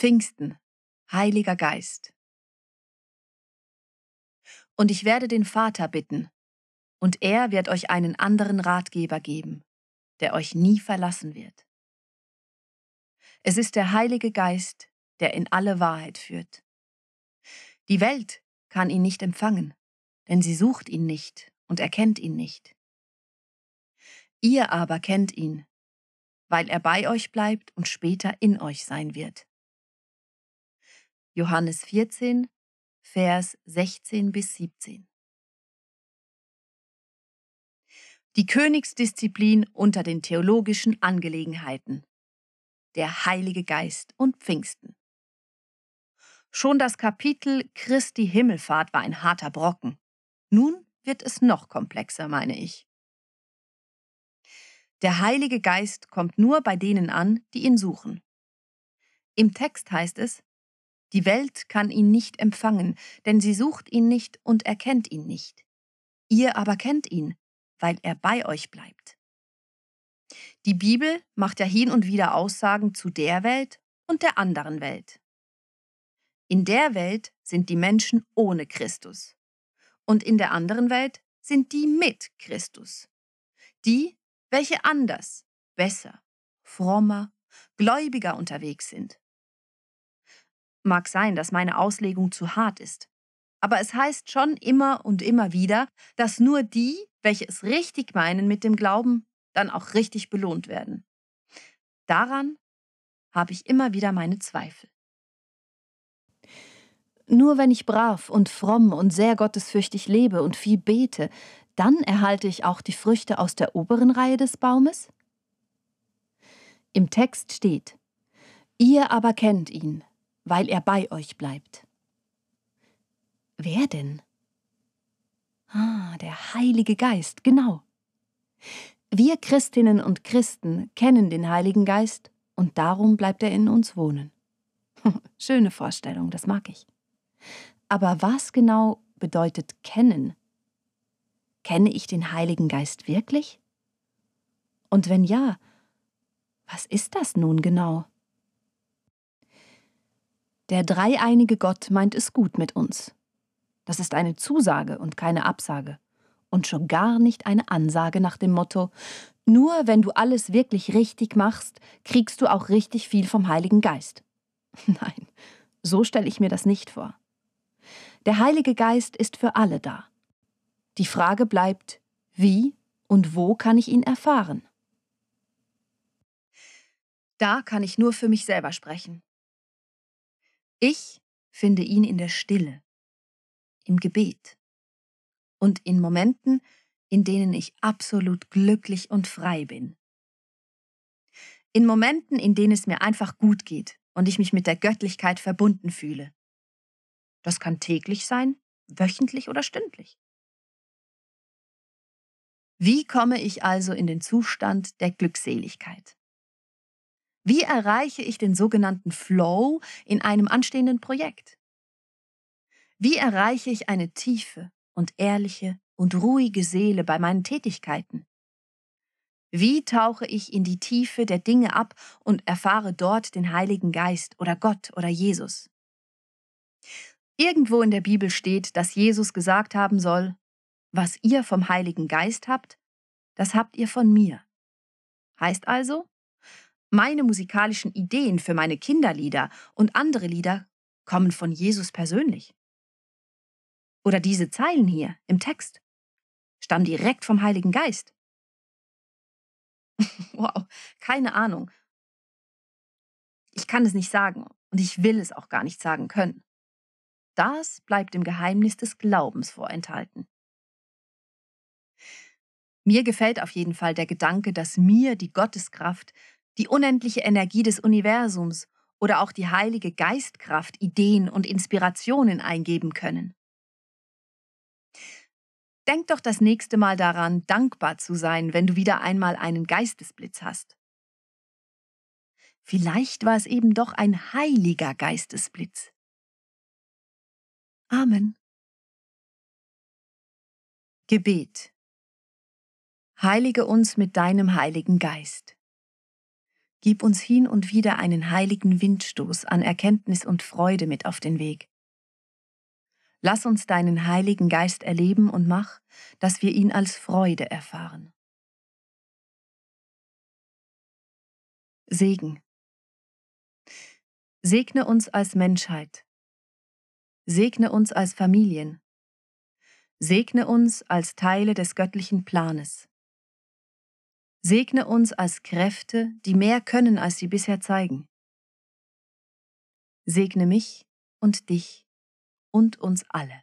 Pfingsten, Heiliger Geist. Und ich werde den Vater bitten, und er wird euch einen anderen Ratgeber geben, der euch nie verlassen wird. Es ist der Heilige Geist, der in alle Wahrheit führt. Die Welt kann ihn nicht empfangen, denn sie sucht ihn nicht und erkennt ihn nicht. Ihr aber kennt ihn, weil er bei euch bleibt und später in euch sein wird. Johannes 14, Vers 16 bis 17. Die Königsdisziplin unter den theologischen Angelegenheiten. Der Heilige Geist und Pfingsten. Schon das Kapitel Christi Himmelfahrt war ein harter Brocken. Nun wird es noch komplexer, meine ich. Der Heilige Geist kommt nur bei denen an, die ihn suchen. Im Text heißt es, die Welt kann ihn nicht empfangen, denn sie sucht ihn nicht und erkennt ihn nicht. Ihr aber kennt ihn, weil er bei euch bleibt. Die Bibel macht ja hin und wieder Aussagen zu der Welt und der anderen Welt. In der Welt sind die Menschen ohne Christus und in der anderen Welt sind die mit Christus. Die, welche anders, besser, frommer, gläubiger unterwegs sind. Mag sein, dass meine Auslegung zu hart ist, aber es heißt schon immer und immer wieder, dass nur die, welche es richtig meinen mit dem Glauben, dann auch richtig belohnt werden. Daran habe ich immer wieder meine Zweifel. Nur wenn ich brav und fromm und sehr gottesfürchtig lebe und viel bete, dann erhalte ich auch die Früchte aus der oberen Reihe des Baumes? Im Text steht, ihr aber kennt ihn, weil er bei euch bleibt. Wer denn? Der Heilige Geist, genau. Wir Christinnen und Christen kennen den Heiligen Geist und darum bleibt er in uns wohnen. Schöne Vorstellung, das mag ich. Aber was genau bedeutet kennen? Kenne ich den Heiligen Geist wirklich? Und wenn ja, was ist das nun genau? Der dreieinige Gott meint es gut mit uns. Das ist eine Zusage und keine Absage. Und schon gar nicht eine Ansage nach dem Motto, nur wenn du alles wirklich richtig machst, kriegst du auch richtig viel vom Heiligen Geist. Nein, so stelle ich mir das nicht vor. Der Heilige Geist ist für alle da. Die Frage bleibt, wie und wo kann ich ihn erfahren? Da kann ich nur für mich selber sprechen. Ich finde ihn in der Stille, im Gebet und in Momenten, in denen ich absolut glücklich und frei bin. In Momenten, in denen es mir einfach gut geht und ich mich mit der Göttlichkeit verbunden fühle. Das kann täglich sein, wöchentlich oder stündlich. Wie komme ich also in den Zustand der Glückseligkeit? Wie erreiche ich den sogenannten Flow in einem anstehenden Projekt? Wie erreiche ich eine tiefe und ehrliche und ruhige Seele bei meinen Tätigkeiten? Wie tauche ich in die Tiefe der Dinge ab und erfahre dort den Heiligen Geist oder Gott oder Jesus? Irgendwo in der Bibel steht, dass Jesus gesagt haben soll, was ihr vom Heiligen Geist habt, das habt ihr von mir. Heißt also, meine musikalischen Ideen für meine Kinderlieder und andere Lieder kommen von Jesus persönlich. Oder diese Zeilen hier im Text stammen direkt vom Heiligen Geist. Wow, keine Ahnung. Ich kann es nicht sagen und ich will es auch gar nicht sagen können. Das bleibt im Geheimnis des Glaubens vorenthalten. Mir gefällt auf jeden Fall der Gedanke, dass mir die Gotteskraft, die unendliche Energie des Universums oder auch die Heilige Geistkraft Ideen und Inspirationen eingeben können. Denk doch das nächste Mal daran, dankbar zu sein, wenn du wieder einmal einen Geistesblitz hast. Vielleicht war es eben doch ein heiliger Geistesblitz. Amen. Gebet. Heilige uns mit deinem Heiligen Geist. Gib uns hin und wieder einen heiligen Windstoß an Erkenntnis und Freude mit auf den Weg. Lass uns deinen Heiligen Geist erleben und mach, dass wir ihn als Freude erfahren. Segen. Segne uns als Menschheit. Segne uns als Familien. Segne uns als Teile des göttlichen Planes. Segne uns als Kräfte, die mehr können, als sie bisher zeigen. Segne mich und dich und uns alle.